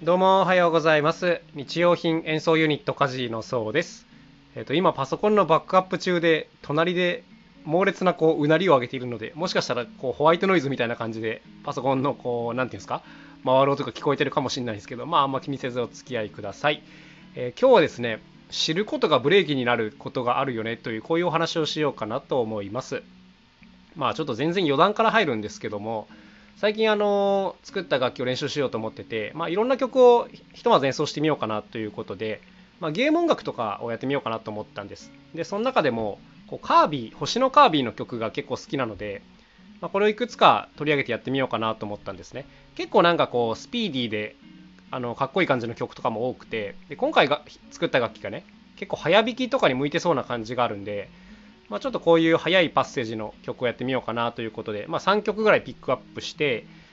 どうもおはようございます。日用品演奏ユニットカジのそうです。今パソコンのバックアップ中で隣で猛烈なうなりを上げているので、もしかしたらホワイトノイズみたいな感じでパソコンのなんていうんですか、回る音が聞こえてるかもしれないんですけど、まああんま気にせずお付き合いください。今日はですね、知ることがブレーキになることがあるよねというこういうお話をしようかなと思います。まあちょっと全然余談から入るんですけども、最近作った楽器を練習しようと思ってて、まあいろんな曲をひとまず演奏してみようかなということで、まあ、ゲーム音楽とかをやってみようかなと思ったんです。でその中でもカービィ星のカービィの曲が結構好きなので、まあ、これをいくつか取り上げてやってみようかなと思ったんですね。結構なんかスピーディーでかっこいい感じの曲とかも多くて、で今回が作った楽器がね結構早弾きとかに向いてそうな感じがあるんで、まあ、ちょっとこういう速いパッセージの曲をやってみようかなということで、まあ、3曲ぐらいピックアップして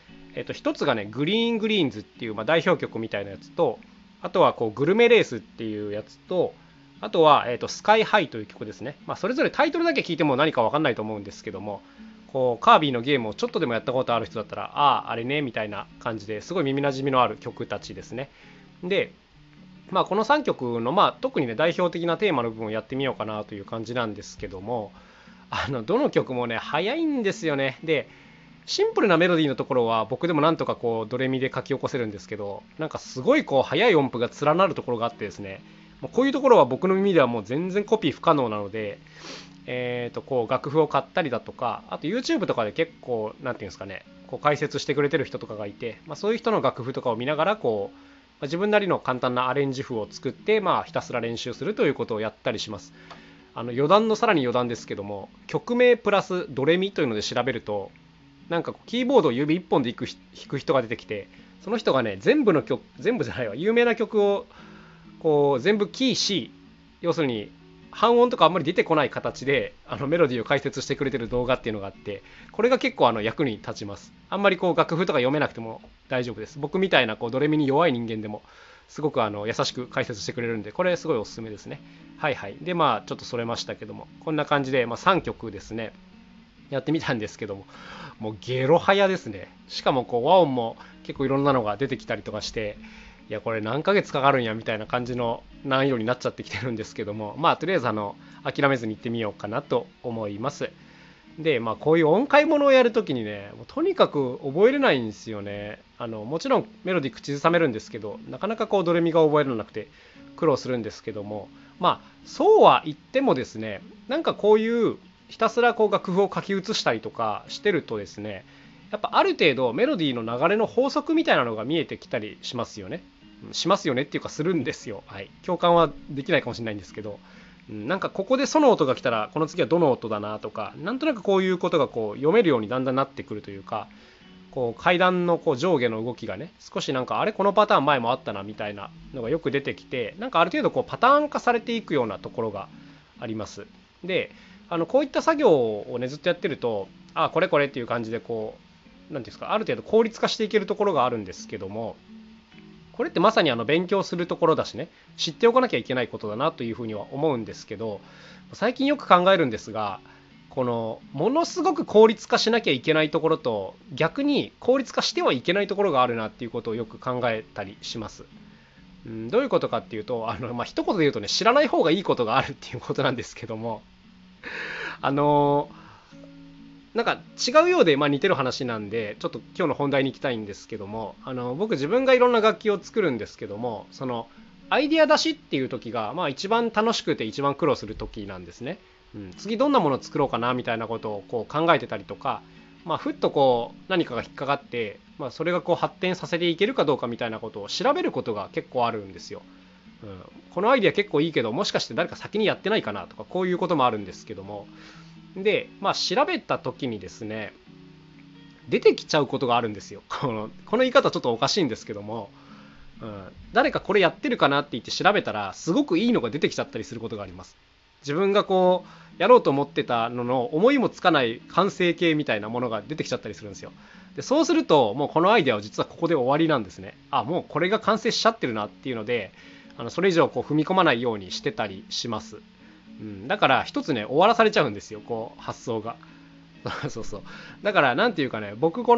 、1つがねグリーングリーンズっていう、まあ、代表曲みたいなやつと、あとはグルメレースっていうやつと、あとは、スカイハイという曲ですね。まあ、それぞれタイトルだけ聞いても何か分かんないと思うんですけども、カービィのゲームをちょっとでもやったことある人だったら、ああ、あれね、みたいな感じですごい耳なじみのある曲たちですね。で、まあ、この3曲の、まあ、特にね代表的なテーマの部分をやってみようかなという感じなんですけども、どの曲もね早いんですよね。でシンプルなメロディーのところは僕でもなんとかドレミで書き起こせるんですけど、なんかすごい速い音符が連なるところがあってですね、もうこういうところは僕の耳ではもう全然コピー不可能なので、楽譜を買ったりだとか、あと YouTube とかで結構なんていうんですかね、解説してくれてる人とかがいて、まあ、そういう人の楽譜とかを見ながら自分なりの簡単なアレンジ譜を作って、まあ、ひたすら練習するということをやったりします。余談のさらに余談ですけども、曲名プラスドレミというので調べると、なんかキーボードを指一本で弾く人が出てきて、その人がね全部の曲、全部じゃないわ、有名な曲を全部キー C、 要するに半音とかあんまり出てこない形でメロディーを解説してくれてる動画っていうのがあって、これが結構役に立ちます。あんまり楽譜とか読めなくても大丈夫です。僕みたいなドレミに弱い人間でもすごく優しく解説してくれるんで、これすごいおすすめですね。はいはい。でまあちょっとそれましたけども、こんな感じで、まあ、3曲ですねやってみたんですけども、もうゲロ早ですね。しかも和音も結構いろんなのが出てきたりとかして、いやこれ何ヶ月かかるんやみたいな感じの難易度になっちゃってきてるんですけども、まあとりあえず諦めずに行ってみようかなと思います。でまあこういう音階ものをやるときにね、もうとにかく覚えれないんですよね。もちろんメロディー口ずさめるんですけど、なかなかドレミが覚えられなくて苦労するんですけども、まあそうは言ってもですね、なんかこういうひたすら楽譜を書き写したりとかしてるとですね、やっぱある程度メロディーの流れの法則みたいなのが見えてきたりしますよね。しますよねっていうかするんですよ。はい。共感はできないかもしれないんですけど、なんかここでその音が来たらこの次はどの音だなとか、なんとなくこういうことが読めるようにだんだんなってくるというか、階段の上下の動きがね少しなんかあれこのパターン前もあったなみたいなのがよく出てきて、なんかある程度パターン化されていくようなところがあります。でこういった作業をねずっとやってると、あこれこれっていう感じでなんていうんですか、ある程度効率化していけるところがあるんですけども、これってまさに勉強するところだしね、知っておかなきゃいけないことだなというふうには思うんですけど、最近よく考えるんですが、ものすごく効率化しなきゃいけないところと逆に効率化してはいけないところがあるなっていうことをよく考えたりします。どういうことかっていうと、まあ、一言で言うとね、知らない方がいいことがあるっていうことなんですけども、あのなんか違うようで、まあ、似てる話なんでちょっと今日の本題に行きたいんですけども、僕自分がいろんな楽器を作るんですけども、そのアイディア出しっていう時が、まあ、一番楽しくて一番苦労する時なんですね。次どんなものを作ろうかなみたいなことを考えてたりとか、まあ、ふっと何かが引っかかって、まあ、それが発展させていけるかどうかみたいなことを調べることが結構あるんですよ。このアイディア結構いいけどもしかして誰か先にやってないかなとか、こういうこともあるんですけども、で、まあ、調べた時にですね出てきちゃうことがあるんですよ。この言い方ちょっとおかしいんですけども、誰かこれやってるかなって言って調べたらすごくいいのが出てきちゃったりすることがあります。自分がやろうと思ってたのの思いもつかない完成形みたいなものが出てきちゃったりするんですよ。でそうするともうこのアイデアは実はここで終わりなんですね。あもうこれが完成しちゃってるなっていうので、それ以上踏み込まないようにしてたりします。だから一つね終わらされちゃうんですよ、発想が。そうそう。だからなんていうかね、僕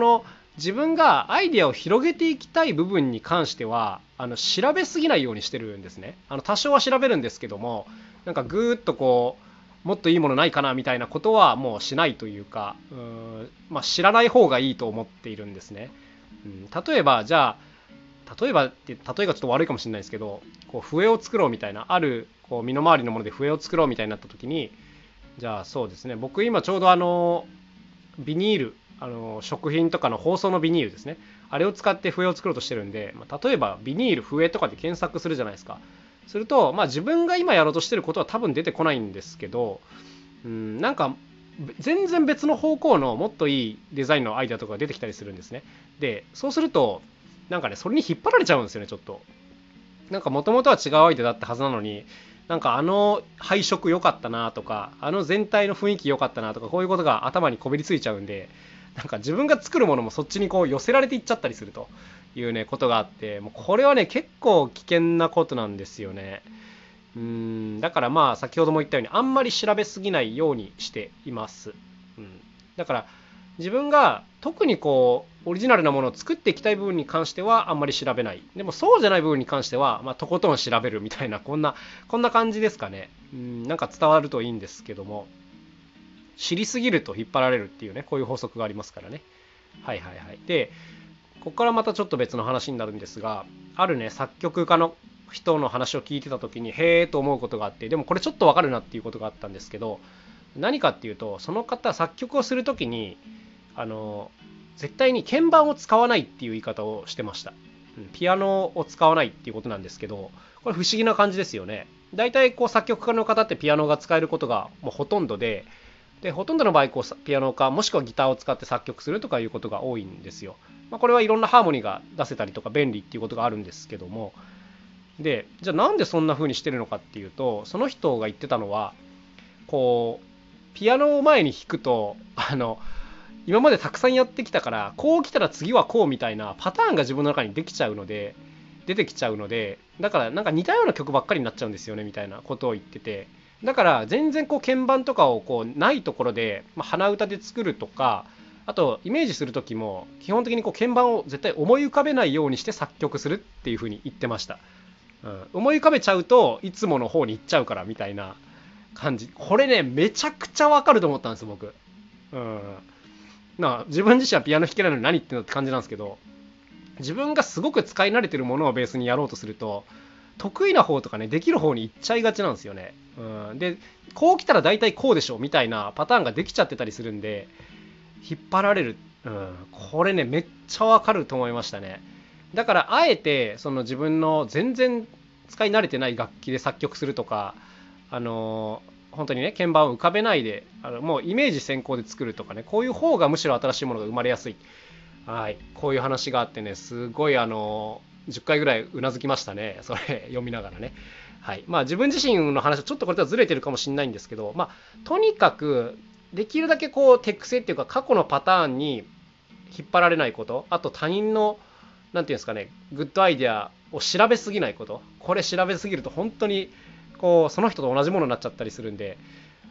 自分がアイデアを広げていきたい部分に関しては調べすぎないようにしてるんですね。多少は調べるんですけども、なんかぐーっとこうもっといいものないかなみたいなことはもうしないというか、知らない方がいいと思っているんですね。例えば例えばって例えがちょっと悪いかもしれないですけど、こう笛を作ろうみたいな、あるこう身の回りのもので笛を作ろうみたいになった時に、じゃあそうですね、僕今ちょうどビニール、食品とかの包装のビニールですね、あれを使って笛を作ろうとしてるんで、例えばビニール笛とかで検索するじゃないですか。すると、自分が今やろうとしてることは多分出てこないんですけど、なんか全然別の方向のもっといいデザインのアイデアとかが出てきたりするんですね。でそうするとなんかね、それに引っ張られちゃうんですよね。ちょっとなんかもともとは違うアイデアだったはずなのに、なんか配色良かったなとか、全体の雰囲気良かったなとか、こういうことが頭にこびりついちゃうんで、なんか自分が作るものもそっちにこう寄せられていっちゃったりするというねことがあって、もうこれはね結構危険なことなんですよね。だから先ほども言ったようにあんまり調べすぎないようにしています。だから自分が特にこうオリジナルなものを作っていきたい部分に関してはあんまり調べない。でもそうじゃない部分に関しては、とことん調べるみたいな、こんな感じですかね。なんか伝わるといいんですけども、知りすぎると引っ張られるっていうね、こういう法則がありますからね。はいはいはい。で、ここからまたちょっと別の話になるんですが、あるね作曲家の人の話を聞いてた時にへーと思うことがあって、でもこれちょっとわかるなっていうことがあったんですけど、何かっていうと、その方作曲をする時に絶対に鍵盤を使わないっていう言い方をしてました。ピアノを使わないっていうことなんですけど、これ不思議な感じですよね。大体こう作曲家の方ってピアノが使えることがもうほとんどで、ほとんどの場合こうピアノかもしくはギターを使って作曲するとかいうことが多いんですよ。これはいろんなハーモニーが出せたりとか便利っていうことがあるんですけども、でじゃあなんでそんな風にしてるのかっていうと、その人が言ってたのは、こうピアノを前に弾くと今までたくさんやってきたから、こう来たら次はこうみたいなパターンが自分の中に出てきちゃうので、だからなんか似たような曲ばっかりになっちゃうんですよねみたいなことを言ってて、だから全然こう鍵盤とかをこうないところで、鼻歌で作るとか、あとイメージする時も基本的にこう鍵盤を絶対思い浮かべないようにして作曲するっていう風に言ってました。思い浮かべちゃうといつもの方に行っちゃうからみたいな感じ。これねめちゃくちゃわかると思ったんです僕。自分自身はピアノ弾けないのに何言ってんのって感じなんですけど、自分がすごく使い慣れてるものをベースにやろうとすると得意な方とかねできる方に行っちゃいがちなんですよね。でこう来たら大体こうでしょみたいなパターンができちゃってたりするんで引っ張られる。これねめっちゃわかると思いましたね。だからあえてその自分の全然使い慣れてない楽器で作曲するとか、本当にね鍵盤を浮かべないでもうイメージ先行で作るとかね、こういう方がむしろ新しいものが生まれやすい。はい、こういう話があってね、すごい10回ぐらいうなずきましたね、それ読みながらね。はい、自分自身の話はちょっとこれとはずれてるかもしれないんですけど、とにかくできるだけこう手癖っていうか過去のパターンに引っ張られないこと、あと他人のなんていうんですかね、グッドアイデアを調べすぎないこと。これ調べすぎると本当にこうその人と同じものになっちゃったりするんで、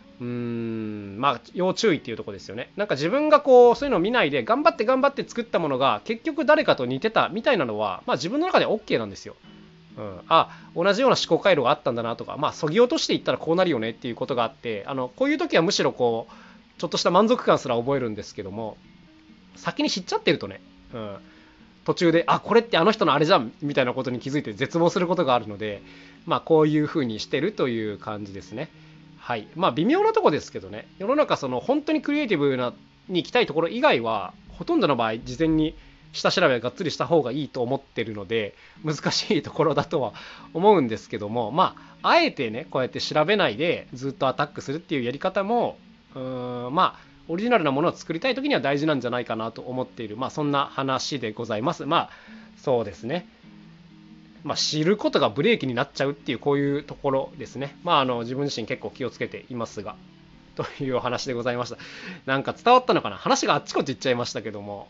要注意っていうところですよね。なんか自分がこうそういうのを見ないで頑張って作ったものが結局誰かと似てたみたいなのは、自分の中で OK なんですよ。同じような思考回路があったんだなとか、そぎ落としていったらこうなるよねっていうことがあって、こういう時はむしろこうちょっとした満足感すら覚えるんですけども、先に知っちゃってるとね、途中でこれってあの人のあれじゃんみたいなことに気づいて絶望することがあるので、こういう風にしてるという感じですね。はい。微妙なとこですけどね、世の中その本当にクリエイティブなに行きたいところ以外はほとんどの場合事前に下調べはがっつりした方がいいと思ってるので、難しいところだとは思うんですけども、あえてねこうやって調べないでずっとアタックするっていうやり方もオリジナルなものを作りたい時には大事なんじゃないかなと思っている、そんな話でございます。そうですね。知ることがブレーキになっちゃうっていうこういうところですね。自分自身結構気をつけていますが、というお話でございました。なんか伝わったのかな、話があっちこっち行っちゃいましたけども、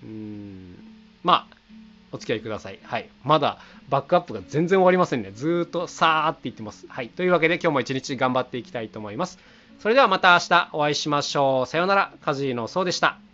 お付き合いください。はい。まだバックアップが全然終わりませんね。ずーっとさーって言ってます。はい。というわけで今日も一日頑張っていきたいと思います。それではまた明日お会いしましょう。さようなら。カジノそうでした。